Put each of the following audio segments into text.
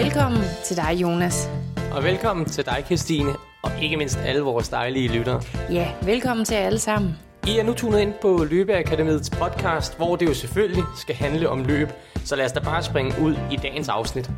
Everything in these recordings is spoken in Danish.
Velkommen til dig, Jonas. Og velkommen til dig, Christine, og ikke mindst alle vores dejlige lyttere. Ja, velkommen til jer alle sammen. I er nu tunet ind på Løbeakademiets podcast, hvor det jo selvfølgelig skal handle om løb. Så lad os da bare springe ud i dagens afsnit.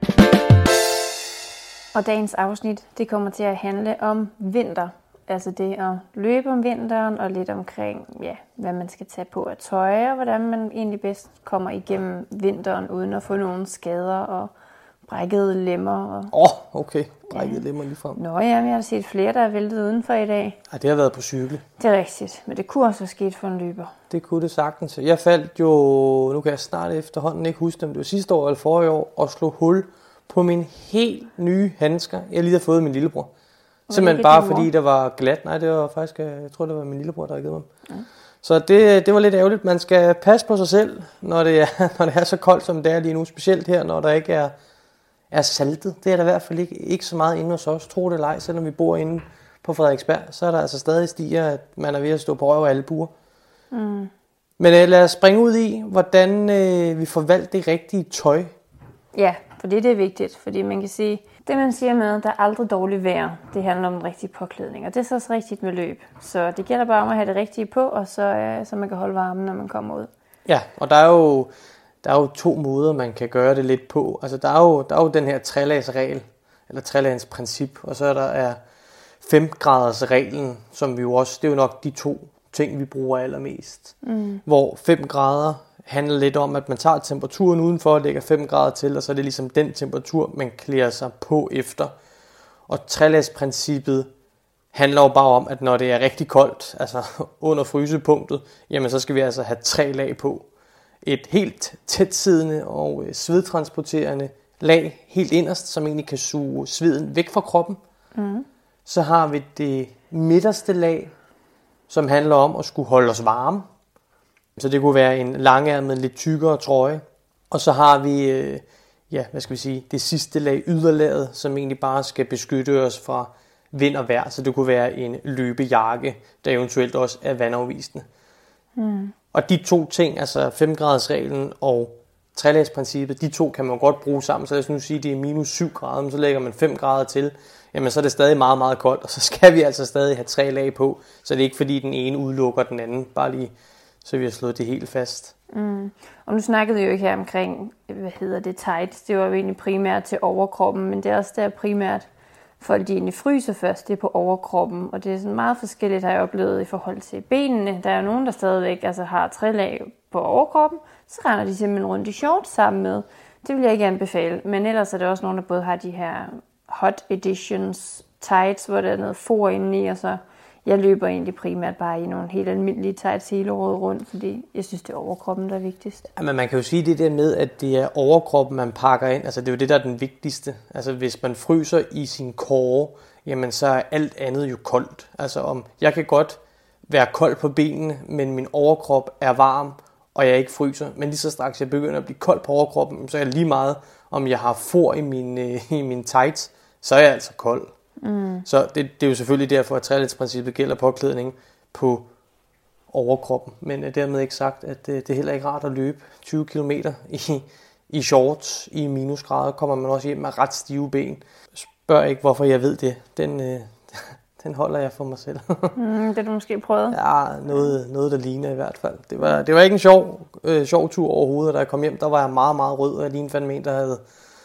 Og dagens afsnit, det kommer til at handle om vinter. Altså det at løbe om vinteren og lidt omkring, hvad man skal tage på af tøj, og hvordan man egentlig bedst kommer igennem vinteren, uden at få nogle skader og brækkede lemmer. Okay. Brækkede lemmer lige frem. Nå ja, jeg har set flere, der er væltet udenfor i dag. Ja, det har været på cykel. Det er rigtigt, men det kunne også være sket for en løber. Det kunne det sagtens. Jeg faldt jo, nu kan jeg snart efterhånden ikke huske dem, det var sidste år eller forrige år, og slog hul på min helt nye handsker, jeg lige havde fået min lillebror. Simpelthen bare fordi der var glat. Nej, det var faktisk, jeg tror det var min lillebror, der havde givet mig. Ja. Så det var lidt ærgerligt. Man skal passe på sig selv, når det er så koldt, som det er lige nu. Specielt her, når der ikke er saltet. Det er der i hvert fald ikke så meget inde hos os. Tro det eller ej, selvom vi bor inde på Frederiksberg, så er der altså stadig stiger, at man er ved at stå på røv og albuer. Mm. Men lad os springe ud i, hvordan vi forvalter det rigtige tøj. Ja, for det er vigtigt, fordi man kan sige, det man siger med, at der er aldrig dårligt vejr, det handler om den rigtige påklædning, og det er så også rigtigt med løb. Så det gælder bare om at have det rigtige på, og så man kan holde varmen, når man kommer ud. Ja, og der er jo to måder, man kan gøre det lidt på. Altså der er jo den her trelagsregel, eller trelagsprincip, og så er der 5-graders-reglen, som vi jo også, det er jo nok de to ting, vi bruger allermest. Mm. Hvor 5 grader handler lidt om, at man tager temperaturen udenfor og lægger 5 grader til, og så er det ligesom den temperatur, man klæder sig på efter. Og trelagsprincippet handler jo bare om, at når det er rigtig koldt, altså under frysepunktet, jamen så skal vi altså have 3 lag på. Et helt tætsiddende og svedtransporterende lag helt inderst, som egentlig kan suge sveden væk fra kroppen. Mm. Så har vi det midterste lag, som handler om at skulle holde os varme. Så det kunne være en langærmet, lidt tykkere trøje. Og så har vi, det sidste lag, yderlaget, som egentlig bare skal beskytte os fra vind og vejr. Så det kunne være en løbejakke, der eventuelt også er vandafvisende. Mm. Og de to ting, altså 5-graders-reglen og trelagsprincippet, de to kan man godt bruge sammen. Så lad os nu sige, at det er minus 7 grader, men så lægger man 5 grader til. Jamen så er det stadig meget, meget koldt, og så skal vi altså stadig have 3 lag på. Så det er ikke fordi den ene udelukker den anden, bare lige så vi har slået det helt fast. Mm. Og nu snakkede vi jo ikke her omkring, tights. Det var jo egentlig primært til overkroppen, men det er også der primært, folk de egentlig fryser først, det er på overkroppen. Og det er sådan meget forskelligt, har jeg oplevet i forhold til benene. Der er jo nogen, der stadigvæk har 3 lag på overkroppen, så render de simpelthen rundt i shorts sammen med. Det vil jeg ikke anbefale, men ellers er der også nogen, der både har de her hot editions tights, hvor der er noget for indeni, og så jeg løber egentlig primært bare i nogle helt almindelige tights hele året rundt, fordi jeg synes, det er overkroppen, der er vigtigst. Ja, men man kan jo sige det der med, at det er overkroppen, man pakker ind. Altså det er jo det, der er den vigtigste. Altså hvis man fryser i sin core, jamen så er alt andet jo koldt. Altså jeg kan godt være kold på benene, men min overkrop er varm, og jeg ikke fryser. Men lige så straks jeg begynder at blive kold på overkroppen, så er jeg lige meget, om jeg har for i mine tights, så er jeg altså kold. Mm. Så det er jo selvfølgelig derfor, at trelagsprincippet gælder påklædning på overkroppen. Men dermed ikke sagt, at det er heller ikke rart at løbe 20 km i shorts i minusgrader. Kommer man også hjem med ret stive ben. Spørg ikke, hvorfor jeg ved det. Den holder jeg for mig selv. Det har du måske prøvet? Ja, noget der ligner i hvert fald. Det var ikke en sjov tur overhovedet, da jeg kom hjem. Der var jeg meget, meget rød, og jeg lignede fandme en, der havde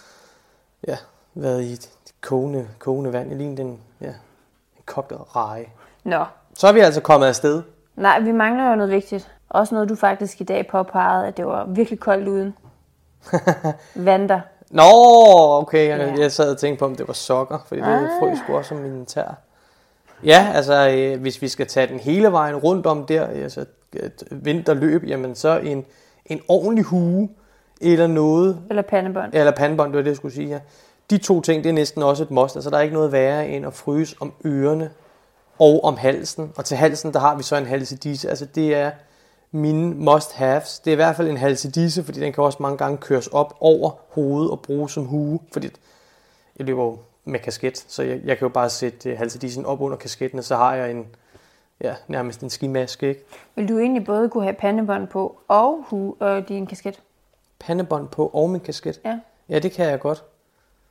været i kogende vand. Jeg lignede en kogt reje. Nå. Så er vi altså kommet afsted. Nej, vi mangler jo noget vigtigt. Også noget, du faktisk i dag påpegede, at det var virkelig koldt uden. Vanter. Nå, okay. Jeg sad og tænkte på, om det var sokker, fordi det frøs sgu også som min tær. Ja, altså hvis vi skal tage den hele vejen rundt om der, altså vinterløb, jamen så en ordentlig hue eller noget. Eller pandebånd. Eller pandebånd, det var det, jeg skulle sige, ja. De to ting, det er næsten også et must. Altså der er ikke noget værre end at fryse om ørerne og om halsen. Og til halsen, der har vi så en halsedisse. Altså det er mine must-haves. Det er i hvert fald en halsedisse, fordi den kan også mange gange køres op over hovedet og bruges som hue. Fordi jeg løber jo med kasket, så jeg kan jo bare sætte halsedissen op under kasketten, og så har jeg nærmest en skimaske, ikke? Vil du egentlig både kunne have pandebånd på og din kasket? Pandebånd på og min kasket? Ja. Ja, det kan jeg godt.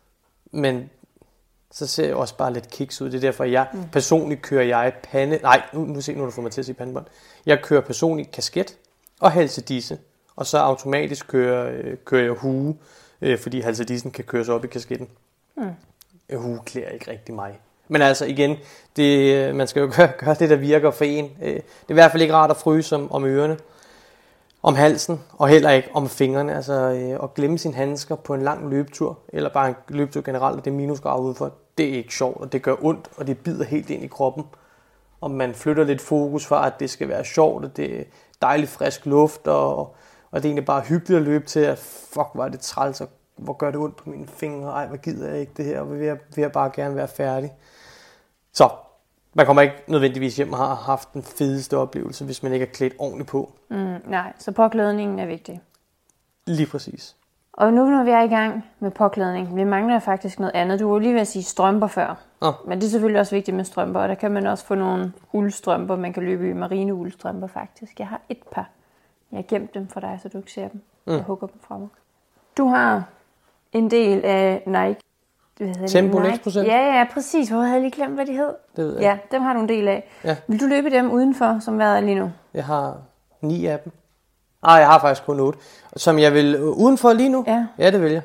Men så ser jeg også bare lidt kiks ud. Det er derfor, jeg personligt kører nu har du fået mig til at sige pandebånd. Jeg kører personligt kasket og halsedisse. Og så automatisk kører jeg hue, fordi halsedissen kan køres op i kasketten. Hue klæder ikke rigtig mig. Men altså igen, man skal jo gøre det, der virker for en. Det er i hvert fald ikke rart at fryse om ørerne, om halsen, og heller ikke om fingrene. Altså at glemme sine handsker på en lang løbetur, eller bare en løbetur generelt, og det minusgrader udenfor, det er ikke sjovt, og det gør ondt, og det bider helt ind i kroppen. Og man flytter lidt fokus fra, at det skal være sjovt, og det er dejlig frisk luft, og det er egentlig bare hyggeligt at løbe til, at fuck, hvor er det træls, og hvor gør det ondt på mine fingre, ej, hvor gider jeg ikke det her, og vil jeg bare gerne være færdig. Så man kommer ikke nødvendigvis hjem og har haft den fedeste oplevelse, hvis man ikke er klædt ordentligt på. Nej, så påklædningen er vigtig. Lige præcis. Og nu når vi er i gang med påklædning, vi mangler faktisk noget andet. Du var lige ved at sige strømper før. Men det er selvfølgelig også vigtigt med strømper, og der kan man også få nogle uldstrømper. Man kan løbe i marine uldstrømper faktisk. Jeg har et par. Jeg har gemt dem for dig, så du ikke ser dem. Jeg hugger dem fra mig. Du har en del af Nike. Tempo Next%? Ja, præcis. Hvor havde jeg lige glemt, hvad de hed? Det ved jeg. Ja, dem har du en del af. Ja. Vil du løbe dem udenfor, som hvad er lige nu? Jeg har 9 af dem. Jeg har faktisk kun 8. Som jeg vil udenfor lige nu? Ja, det vil jeg.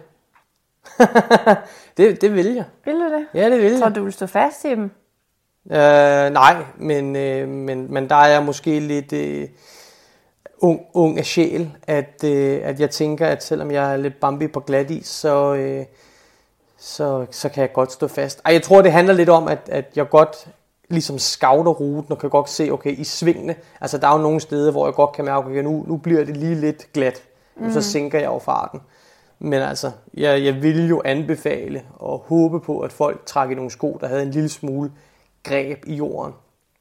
det vil jeg. Vil du det? Ja, det vil jeg. Tror du vil stå fast i dem? Nej, men der er jeg måske lidt ung af sjæl, at jeg tænker, at selvom jeg er lidt Bambi på glat is, så kan jeg godt stå fast. Jeg tror, det handler lidt om, at jeg godt ligesom scouter ruten og kan godt se, okay, i svingene, altså der er jo nogle steder, hvor jeg godt kan mærke, okay, nu bliver det lige lidt glat, så sænker jeg jo farten. Men altså, jeg ville jo anbefale og håbe på, at folk trak i nogle sko, der havde en lille smule greb i jorden.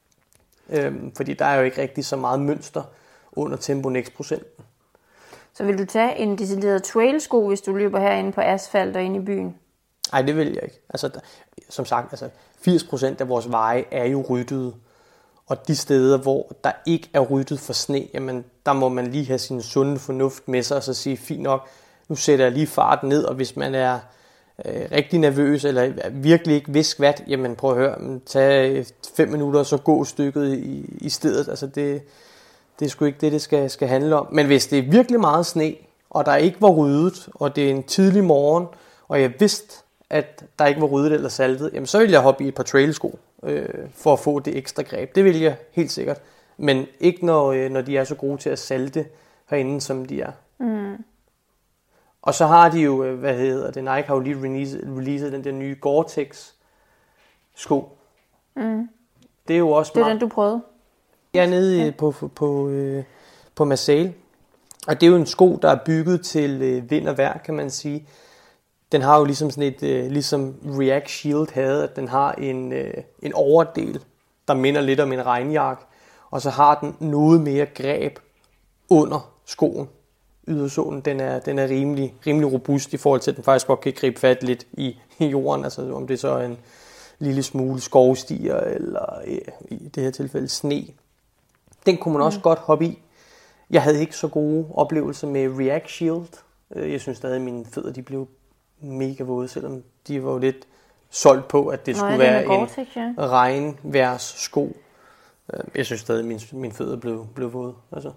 Fordi der er jo ikke rigtig så meget mønster under Tempo Next%. Så vil du tage en decideret trailsko, hvis du løber herinde på asfalt og inde i byen? Nej, det vil jeg ikke. Altså, som sagt, 80% af vores veje er jo ryddede. Og de steder, hvor der ikke er ryddet for sne, jamen, der må man lige have sin sunde fornuft med sig og så sige, fint nok, nu sætter jeg lige farten ned, og hvis man er rigtig nervøs eller virkelig ikke ved skvat, jamen prøv at høre, tag 5 minutter og så gå stykket i stedet. Altså det er sgu ikke det skal handle om. Men hvis det er virkelig meget sne, og der ikke var ryddet, og det er en tidlig morgen, og jeg vidste, at der ikke var ryddet eller saltet, jamen så vil jeg hoppe i et par trailsko for at få det ekstra greb. Det vil jeg helt sikkert. Men ikke når de er så gode til at salte herinde, som de er. Og så har de jo, Nike har jo lige releaset den der nye Gore-Tex sko. Det er jo også det er den, du prøvede? Jeg er nede på Marseille. Og det er jo en sko, der er bygget til vind og vejr, kan man sige. Den har jo ligesom sådan et, ligesom React Shield havde, at den har en overdel, der minder lidt om en regnjakke. Og så har den noget mere greb under skoen. Ydersålen, den er rimelig robust i forhold til, at den faktisk godt kan gribe fat lidt i jorden. Altså om det så er en lille smule skovstier, eller i det her tilfælde sne. Den kunne man også godt hoppe i. Jeg havde ikke så gode oplevelser med React Shield. Jeg synes stadig, at mine fødder de blev mega våde, selvom de var jo lidt solgt på, at det skulle være en regnværs sko. Jeg synes stadig, at mine fødder blev våde. Altså.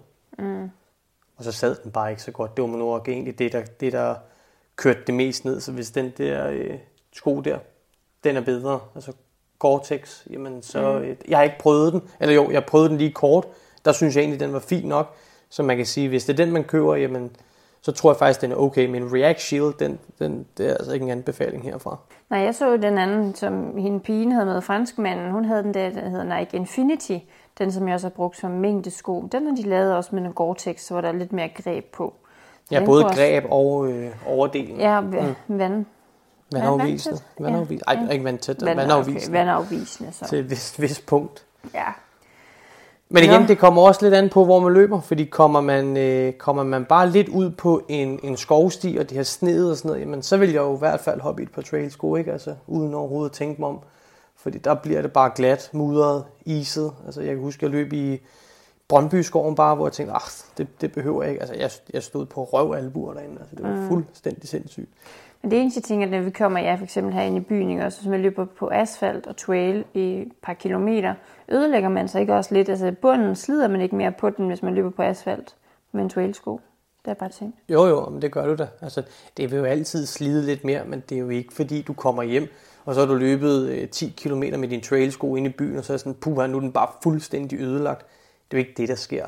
Og så sad den bare ikke så godt. Det var nok egentlig det, der kørte det mest ned. Så hvis den der sko der, den er bedre, altså Gore-Tex, jamen så... Jeg har ikke prøvet den. Eller jo, jeg prøvede den lige kort. Der synes jeg egentlig, den var fin nok. Så man kan sige, hvis det er den, man køber, jamen... så tror jeg faktisk, den er okay. Men React Shield, det er altså ikke en anbefaling herfra. Nej, jeg så den anden, som hende pigen havde med franskmanden. Hun havde den der hedder Nike Infinity. Den, som jeg også har brugt som mængdesko. Den har de lavet også med en Gore-Tex, så var der lidt mere greb på. Så ja, både greb og overdelen. Ja, vandafvisende. Ej, ikke vandtæt. Vandafvisende. Vandafvisende, så. Til et vist punkt. Ja. Men igen, det kommer også lidt an på, hvor man løber, fordi kommer man bare lidt ud på en skovsti, og det her sned og sådan noget, jamen, så vil jeg jo i hvert fald hoppe i et par trailsko, ikke? Altså, uden overhovedet at tænke mig om, fordi der bliver det bare glat, mudret, iset. Altså, jeg kan huske, jeg løb i Brøndby-skoven bare, hvor jeg tænkte, det behøver jeg ikke. Altså, jeg stod på røvalbuer derinde, altså, det var fuldstændig sindssygt. Men det eneste, jeg tænker, når vi kommer for eksempel herinde i byen, ikke? Også hvis man løber på asfalt og trail i et par kilometer, ødelægger man sig ikke også lidt? Altså bunden slider man ikke mere på den, hvis man løber på asfalt med en trailsko? Det er bare tænkt. Jo, men det gør du da. Altså, det vil jo altid slide lidt mere, men det er jo ikke fordi, du kommer hjem, og så har du løbet 10 km med din trailsko ind i byen, og så er sådan, puha, nu er den bare fuldstændig ødelagt. Det er jo ikke det, der sker.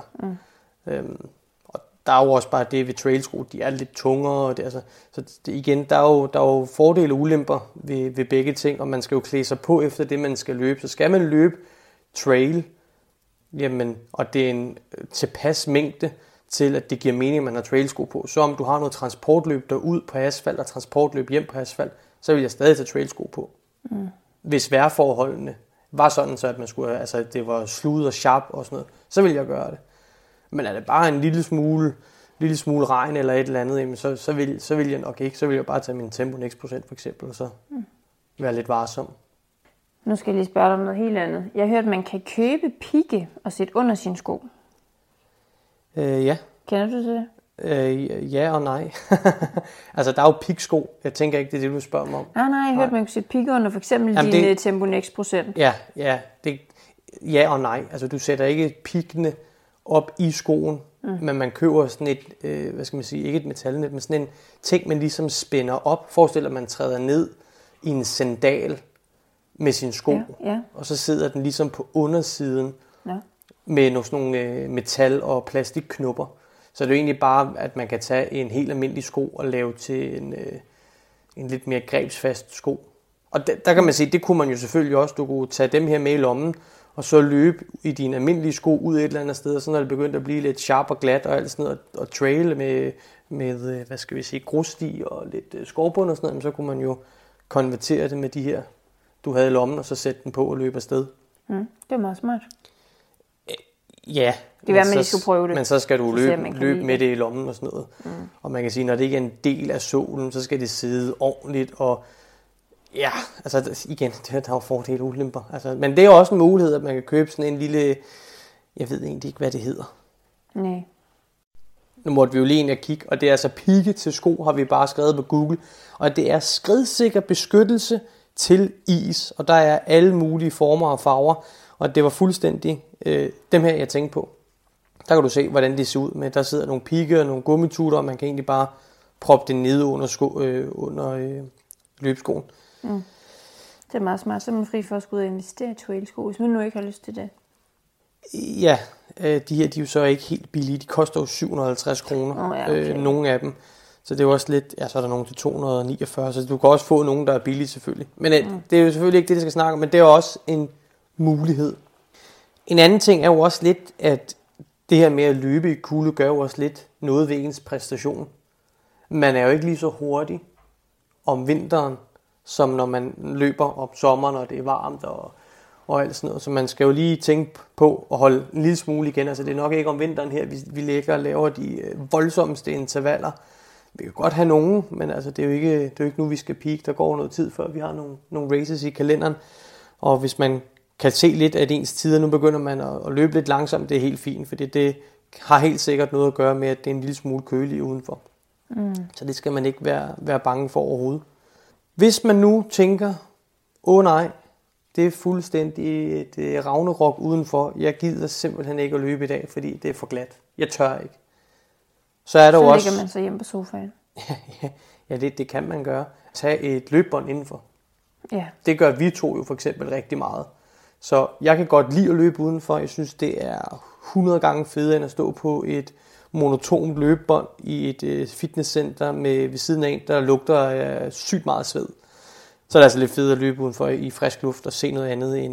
Og der er jo også bare det ved trailsko, de er lidt tungere. Og det, altså, så det, igen, der er jo fordele og ulemper ved begge ting, og man skal jo klæde sig på efter det, man skal løbe. Så skal man løbe trail, jamen, og det er en tilpas mængde til, at det giver mening, at man har trailsko på. Så om du har noget transportløb derud på asfalt og transportløb hjem på asfalt, så vil jeg stadig tage trailsko på. Hvis vejrforholdene var sådan, så at man skulle, altså det var slud og sharp og sådan noget, så vil jeg gøre det. Men er det bare en lille smule regn eller et eller andet, jamen så vil jeg nok ikke. Så vil jeg bare tage min Tempo Next Procent for eksempel, og så være lidt varsom. Nu skal jeg lige spørge dig om noget helt andet. Jeg har hørt, at man kan købe pigge og sætte under sin sko. Ja. Kender du det? Ja og nej. Altså, der er jo pigsko. Jeg tænker ikke, det er det, du spørger mig om. Nej, jeg hørte, man kunne sætte pigge under for eksempel din Tempo Next Procent. Ja, ja og nej. Altså, du sætter ikke piggene op i skoen, men man køber sådan et, hvad skal man sige, ikke et metalnet, men sådan en ting, man ligesom spænder op. Forestil dig, at man træder ned i en sandal med sin sko, og så sidder den ligesom på undersiden med sådan nogle metal- og plastikknopper. Så det er jo egentlig bare, at man kan tage en helt almindelig sko og lave til en lidt mere grebsfast sko. Og der kan man sige, det kunne man jo selvfølgelig også. Du kunne tage dem her med i lommen, og så løbe i dine almindelige sko ud et eller andet sted, og så når det begyndte at blive lidt sharp og glat og alt sådan noget, og trail med hvad skal vi sige, grussti og lidt skovbund og sådan noget, så kunne man jo konvertere det med de her, du havde i lommen, og så sætte den på og løbe afsted. Det er meget smart. Ja, det er, man lige skulle prøve det. Men så skal du løbe med det i lommen og sådan noget. Og man kan sige, når det ikke er en del af solen, så skal det sidde ordentligt. Og ja, altså igen, der er jo fordele og ulemper. Altså, men det er også en mulighed, at man kan købe sådan en lille, jeg ved egentlig ikke, hvad det hedder. Nej. Nu måtte vi jo lige ind og kigge, og det er altså pigge til sko, har vi bare skrevet på Google. Og det er skredsikker beskyttelse til is, og der er alle mulige former og farver. Og det var fuldstændig dem her, jeg tænkte på. Der kan du se, hvordan de ser ud med. Der sidder nogle pigge og nogle gummitutter, og man kan egentlig bare proppe det ned under løbskoen. Det er meget smart. Så er man fri for at skulle investere i trailsko, hvis man nu ikke har lyst til det. Ja, de her de er jo så ikke helt billige. De koster jo 750 kroner, okay. Nogle af dem. Så det er jo også lidt, så er der nogen til 249, så du kan også få nogen, der er billige selvfølgelig. Men det er jo selvfølgelig ikke det, der skal snakke om, men det er også en mulighed. En anden ting er jo også lidt, at det her med at løbe i kulde gør jo også lidt noget ved ens præstation. Man er jo ikke lige så hurtig om vinteren, som når man løber om sommeren, og det er varmt og alt sådan noget. Så man skal jo lige tænke på at holde en lille smule igen. Altså det er nok ikke om vinteren her, vi ligger og laver de voldsomste intervaller. Vi kan godt have nogen, men altså det er jo ikke nu, vi skal peak. Der går noget tid, før vi har nogle races i kalenderen. Og hvis man kan se lidt af ens tider, nu begynder man at løbe lidt langsomt, det er helt fint, fordi det har helt sikkert noget at gøre med, at det er en lille smule kølig udenfor. Så det skal man ikke være bange for overhovedet. Hvis man nu tænker, nej, det er fuldstændig et ragnarok udenfor, jeg gider simpelthen ikke at løbe i dag, fordi det er for glat. Jeg tør ikke. Så er der så også... ligger man så hjemme på sofaen. Ja, det kan man gøre. Tag et løbebånd indenfor. Ja. Det gør vi to jo for eksempel rigtig meget. Så jeg kan godt lide at løbe udenfor. Jeg synes, det er 100 gange federe end at stå på et monotont løbebånd i et fitnesscenter med ved siden af en, der lugter sygt meget sved. Så er det altså lidt fedt at løbe udenfor i frisk luft og se noget andet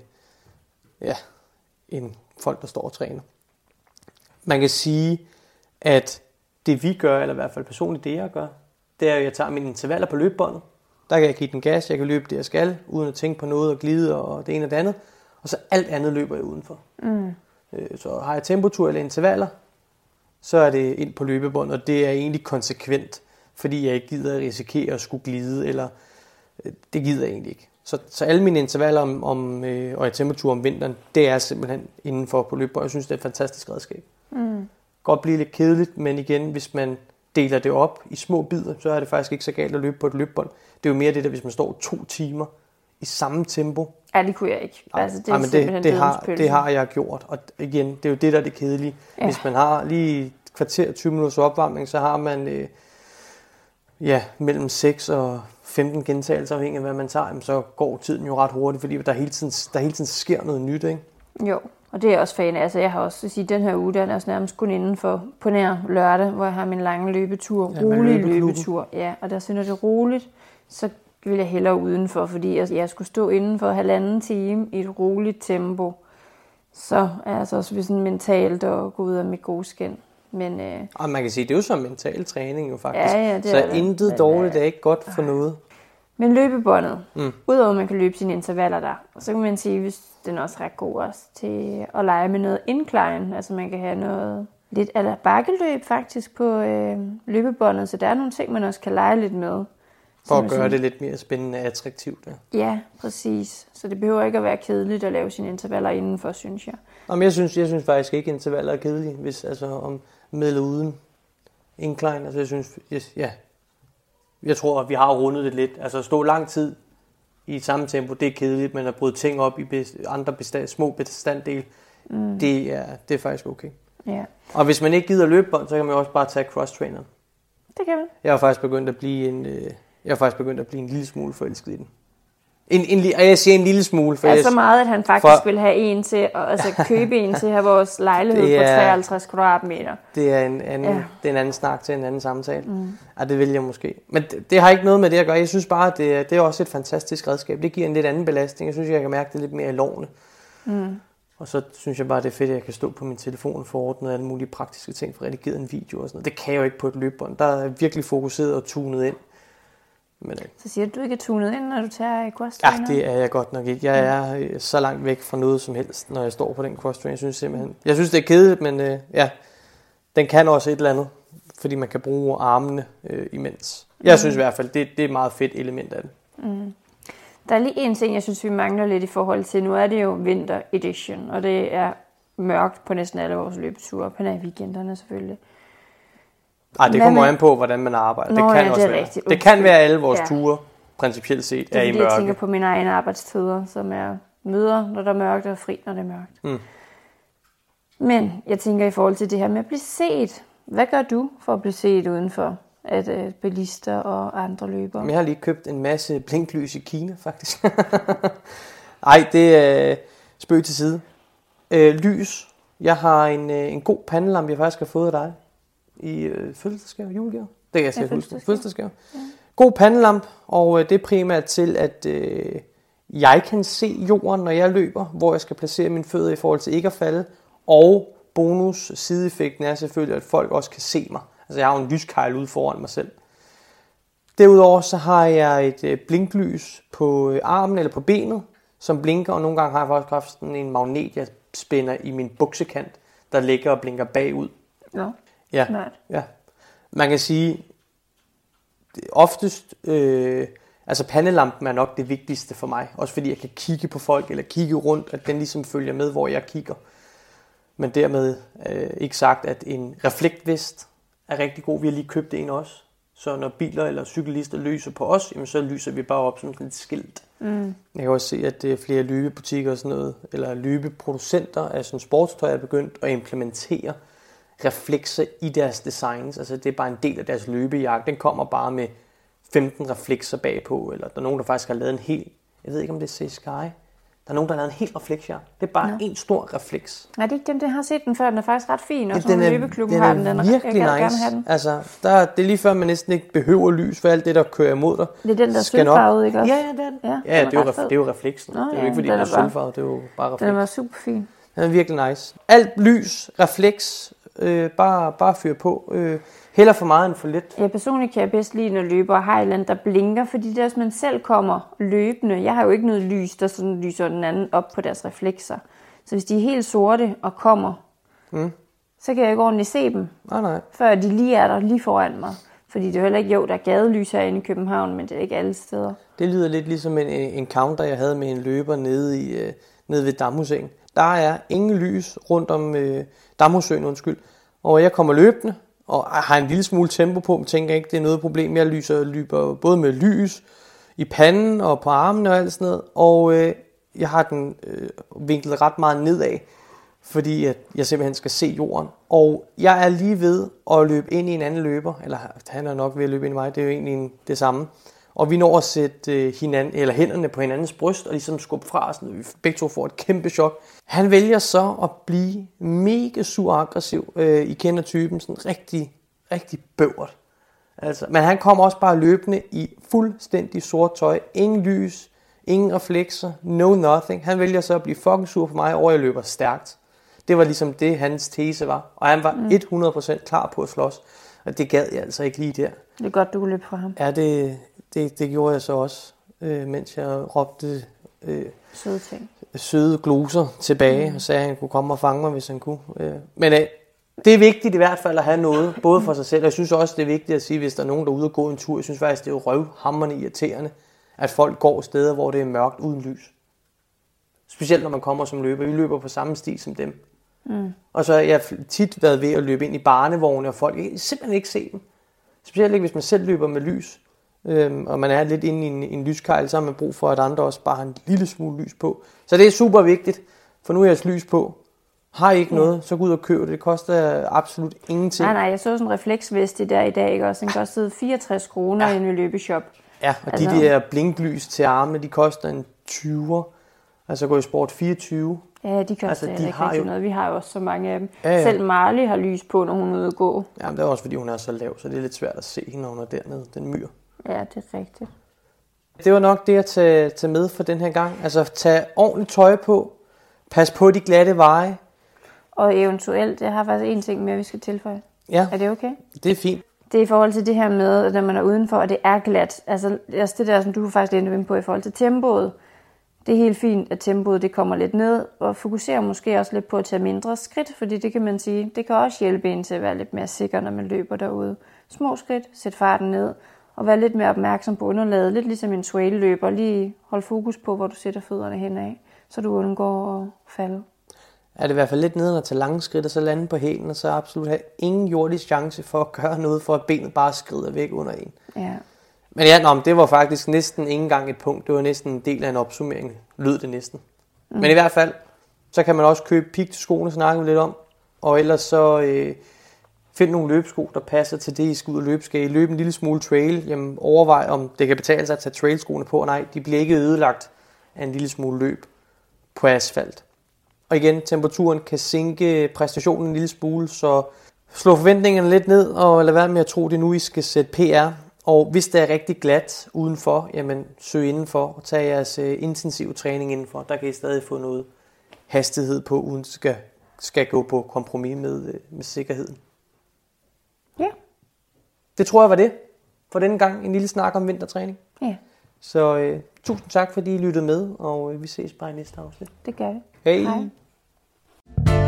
end folk, der står og træner. Man kan sige, at det vi gør, eller i hvert fald personligt det jeg gør, det er, at jeg tager mine intervaller på løbebåndet. Der kan jeg give den gas, jeg kan løbe det jeg skal, uden at tænke på noget og glide og det ene og det andet. Og så alt andet løber jeg udenfor. Så har jeg tempotur eller intervaller, så er det ind på løbebåndet, og det er egentlig konsekvent, fordi jeg ikke gider at risikere at skulle glide, eller det gider jeg egentlig ikke. Så alle mine intervaller og temperatur om vinteren, det er simpelthen indenfor på løbebåndet. Jeg synes, det er et fantastisk redskab. Godt blive lidt kedeligt, men igen, hvis man deler det op i små bidder, så er det faktisk ikke så galt at løbe på et løbebånd. Det er jo mere det der, hvis man står 2 timer i samme tempo. Ja, det kunne jeg ikke. Altså, det er men det har jeg gjort. Og igen, det er jo det, der er det kedelige. Ja. Hvis man har lige et kvarter, 20 minutters opvarmning, så har man mellem 6 og 15 gentagelser, afhængig af hvad man tager, så går tiden jo ret hurtigt, fordi der hele tiden sker noget nyt, ikke? Jo, og det er også fan af. Altså, jeg har også sige, den her uge, den er også nærmest kun inden for på nær lørdag, hvor jeg har min lange løbetur, rolig løbetur. Ja, og der synes jeg det roligt, så vil jeg hellere udenfor, fordi jeg skulle stå inden for 1,5 time i et roligt tempo. Så er jeg så også sådan mentalt at gå ud af mit gode skin. Men, og man kan sige, det er jo som mental træning jo faktisk. Ja, så er intet dårligt, det er ikke godt for noget. Men løbebåndet, udover at man kan løbe sine intervaller der, så kan man sige, hvis den er også ret god også til at lege med noget incline. Altså man kan have noget lidt eller bakkeløb faktisk på løbebåndet, så der er nogle ting, man også kan lege lidt med. For at gøre det lidt mere spændende og attraktivt. Ja. Ja, præcis. Så det behøver ikke at være kedeligt at lave sine intervaller indenfor, synes jeg. Nå, men jeg synes faktisk ikke, at intervaller er kedelige, hvis om med eller uden incline. Altså jeg synes, jeg tror, at vi har rundet det lidt. Altså at stå lang tid i samme tempo, det er kedeligt, men at bryde ting op i andre små bestanddele, det er faktisk okay. Ja. Og hvis man ikke gider løbebånd, så kan man jo også bare tage cross-traineren. Det kan man. Jeg har faktisk begyndt at blive en lille smule forelsket i den. Jeg siger en lille smule. For så meget, at han faktisk vil have en til, købe en til at have vores lejlighed på 53 kvadratmeter. Det er en anden snak til en anden samtale. Ja, det vil jeg måske. Men det har ikke noget med det at gøre. Jeg synes bare, at det er også et fantastisk redskab. Det giver en lidt anden belastning. Jeg synes, jeg kan mærke det lidt mere i lårene. Og så synes jeg bare, det er fedt, at jeg kan stå på min telefon og få ordnet alle mulige praktiske ting, for redigeret en video og sådan noget. Det kan jeg jo ikke på et løbebånd. Der er virkelig fokuseret og tunet ind. Men, så siger du ikke er tunet ind, når du tager Ja, cross-trainer? det er jeg godt nok ikke. Jeg er så langt væk fra noget som helst, når jeg står på den cross-trainer. Jeg synes, det er kedeligt, men den kan også et eller andet, fordi man kan bruge armene imens. Jeg synes i hvert fald, det er et meget fedt element af det. Der er lige en ting, jeg synes, vi mangler lidt i forhold til. Nu er det jo vinter edition, og det er mørkt på næsten alle vores løbeture, på nær weekenderne selvfølgelig. Nej, det kommer an på, hvordan man arbejder. Det kan også være. Det kan være alle vores ture, principielt set, er i mørke. Jeg tænker på mine egne arbejdstider, som er møder, når der er mørkt, og fri, når det er mørkt. Men jeg tænker i forhold til det her med at blive set. Hvad gør du for at blive set udenfor at bilister og andre løbere? Jeg har lige købt en masse blinklys i Kina, faktisk. Ej, det er spøg til side. Lys. Jeg har en god pandelampe, jeg faktisk har fået af dig. I fødselsdagsgave, julegave? Det kan jeg sige, fødselsdagsgave. Ja. God pandelamp, og det er primært til, at jeg kan se jorden, når jeg løber, hvor jeg skal placere mine fødder i forhold til ikke at falde. Og bonus sideeffekten er selvfølgelig, at folk også kan se mig. Altså jeg har en lyskejl ude foran mig selv. Derudover så har jeg et blinklys på armen eller på benet, som blinker, og nogle gange har jeg faktisk haft sådan en magnet, jeg spænder i min buksekant, der ligger og blinker bagud. Ja. Ja. Man kan sige, oftest, altså pandelampen er nok det vigtigste for mig. Også fordi jeg kan kigge på folk, eller kigge rundt, at den ligesom følger med, hvor jeg kigger. Men dermed ikke sagt, at en reflektvest er rigtig god. Vi har lige købt en også. Så når biler eller cyklister lyser på os, jamen så lyser vi bare op som sådan et skilt. Jeg kan også se, at flere løbebutikker og sådan noget, eller løbeproducenter af sådan sportstøj er begyndt at implementere reflekser i deres designs. Altså det er bare en del af deres løbejakke. Den kommer bare med 15 reflekser bagpå, eller der er nogen, der faktisk har lavet en hel, jeg ved ikke om det er Say Sky, der er nogen, der har lavet en hel refleksjakke. Det er bare en stor refleks. Nej, det er ikke dem, der har set den før. Den er faktisk ret fin. Også den løbeklubben har den. Den er virkelig nice. Altså, det er lige før, man næsten ikke behøver lys for alt det, der kører imod dig. Det er den, der er sølvfarvet, ikke også? Ja, det er den. Ja, det er jo refleksen. Det er jo ikke, fordi den er sølvfarvet. Det er jo bare refleks. Den var super fin. Den er virkelig nice. Alt lys, refleks, bare fyr på. Heller for meget end for lidt. Jeg personligt kan jeg bedst lide, når løber har et eller andet, der blinker, fordi det er, hvis man selv kommer løbende. Jeg har jo ikke noget lys, der sådan lyser den anden op på deres reflekser. Så hvis de er helt sorte og kommer, så kan jeg ikke ordentligt se dem, før de lige er der lige foran mig. Fordi det er heller ikke, der er gadelys herinde i København, men det er ikke alle steder. Det lyder lidt ligesom en counter, jeg havde med en løber nede ved Damhussøen. Der er ingen lys rundt om Damhussøen, og jeg kommer løbende, og har en lille smule tempo på, men tænker ikke, det er noget problem. Jeg løber både med lys i panden og på armene og alt sådan noget, og jeg har den vinklet ret meget nedad, fordi at jeg simpelthen skal se jorden. Og jeg er lige ved at løbe ind i en anden løber, eller han er nok ved at løbe ind i mig, det er jo egentlig det samme. Og vi når at sætte hænderne på hinandens bryst og ligesom skubbe fra, så vi begge to får et kæmpe chok. Han vælger så at blive mega sur og aggressiv. I kender typen, sådan rigtig, rigtig bøvret. Altså, men han kommer også bare løbende i fuldstændig sort tøj. Ingen lys, ingen reflekser, no nothing. Han vælger så at blive fucking sur på mig, og jeg løber stærkt. Det var ligesom det, hans tese var. Og han var 100% klar på at slås. Og det gad jeg altså ikke lige der. Det er godt, du kunne løbe fra ham. Ja, det gjorde jeg så også, mens jeg råbte søde gloser tilbage, og sagde, at han kunne komme og fange mig, hvis han kunne. Men det er vigtigt i hvert fald at have noget, både for sig selv, og jeg synes også, det er vigtigt at sige, hvis der er nogen, der er ude og gå en tur. Jeg synes faktisk, det er røvhamrende irriterende, at folk går steder, hvor det er mørkt uden lys. Specielt når man kommer som løber. Vi løber på samme sti som dem. Og så har jeg tit været ved at løbe ind i barnevogne, og folk kan simpelthen ikke se dem. Specielt ikke, hvis man selv løber med lys, og man er lidt inde i en lyskejl, så har man brug for, at andre også bare har en lille smule lys på. Så det er super vigtigt, for nu er jeres lys på. Har I ikke noget, så gå ud og køb det. Det koster absolut ingenting. Nej, jeg så sådan en refleksveste der i dag, ikke også? Den kostede 64 kroner inde ved løbeshop. Ja, og de der blinklys til armene, de koster en 20'er. Altså går i sport 24. Ja, de koster altså, ikke rigtig noget. Vi har jo også så mange af dem. Ja. Selv Marley har lys på, når hun er ude at gå. Jamen, det er også fordi, hun er så lav, så det er lidt svært at se hende, når hun er dernede, den myr. Ja, det er rigtigt. Det var nok det at tage med for den her gang. Altså, tag ordentligt tøj på. Pas på de glatte veje. Og eventuelt, jeg har faktisk en ting mere, vi skal tilføje. Ja. Er det okay? Det er fint. Det er i forhold til det her med, at når man er udenfor, og det er glat. Altså, det der, som du faktisk lidt inde på i forhold til tempoet. Det er helt fint, at tempoet det kommer lidt ned, og fokuserer måske også lidt på at tage mindre skridt, fordi det kan man sige, det kan også hjælpe en til at være lidt mere sikker, når man løber derude. Små skridt, sæt farten ned, og være lidt mere opmærksom på underlaget, lidt ligesom en trail-løber, lige hold fokus på, hvor du sætter fødderne henad, så du undgår at falde. Er det i hvert fald lidt neden at tage lange skridt, og så lande på hælen, og så absolut have ingen jordisk chance for at gøre noget, for at benet bare skrider væk under en. Ja. Men ja, det var faktisk næsten ikke engang et punkt. Det var næsten en del af en opsummering. Lød det næsten. Men i hvert fald, så kan man også købe pig til skoene, snakke vi lidt om. Og ellers så find nogle løbesko, der passer til det, I skal ud og løbe. Skal I løbe en lille smule trail? Jamen overvej, om det kan betale sig at tage trailskoene på. Nej, de bliver ikke ødelagt af en lille smule løb på asfalt. Og igen, temperaturen kan sænke præstationen en lille smule, så slå forventningerne lidt ned, og lad være med at tro, det nu I skal sætte PR. Og hvis det er rigtig glat udenfor, jamen søg indenfor og tag jeres intensive træning indenfor. Der kan I stadig få noget hastighed på, uden skal gå på kompromis med sikkerheden. Ja. Det tror jeg var det for denne gang. En lille snak om vintertræning. Ja. Så tusind tak, fordi I lyttede med, og vi ses bare i næste afsnit. Det gør vi. Hej.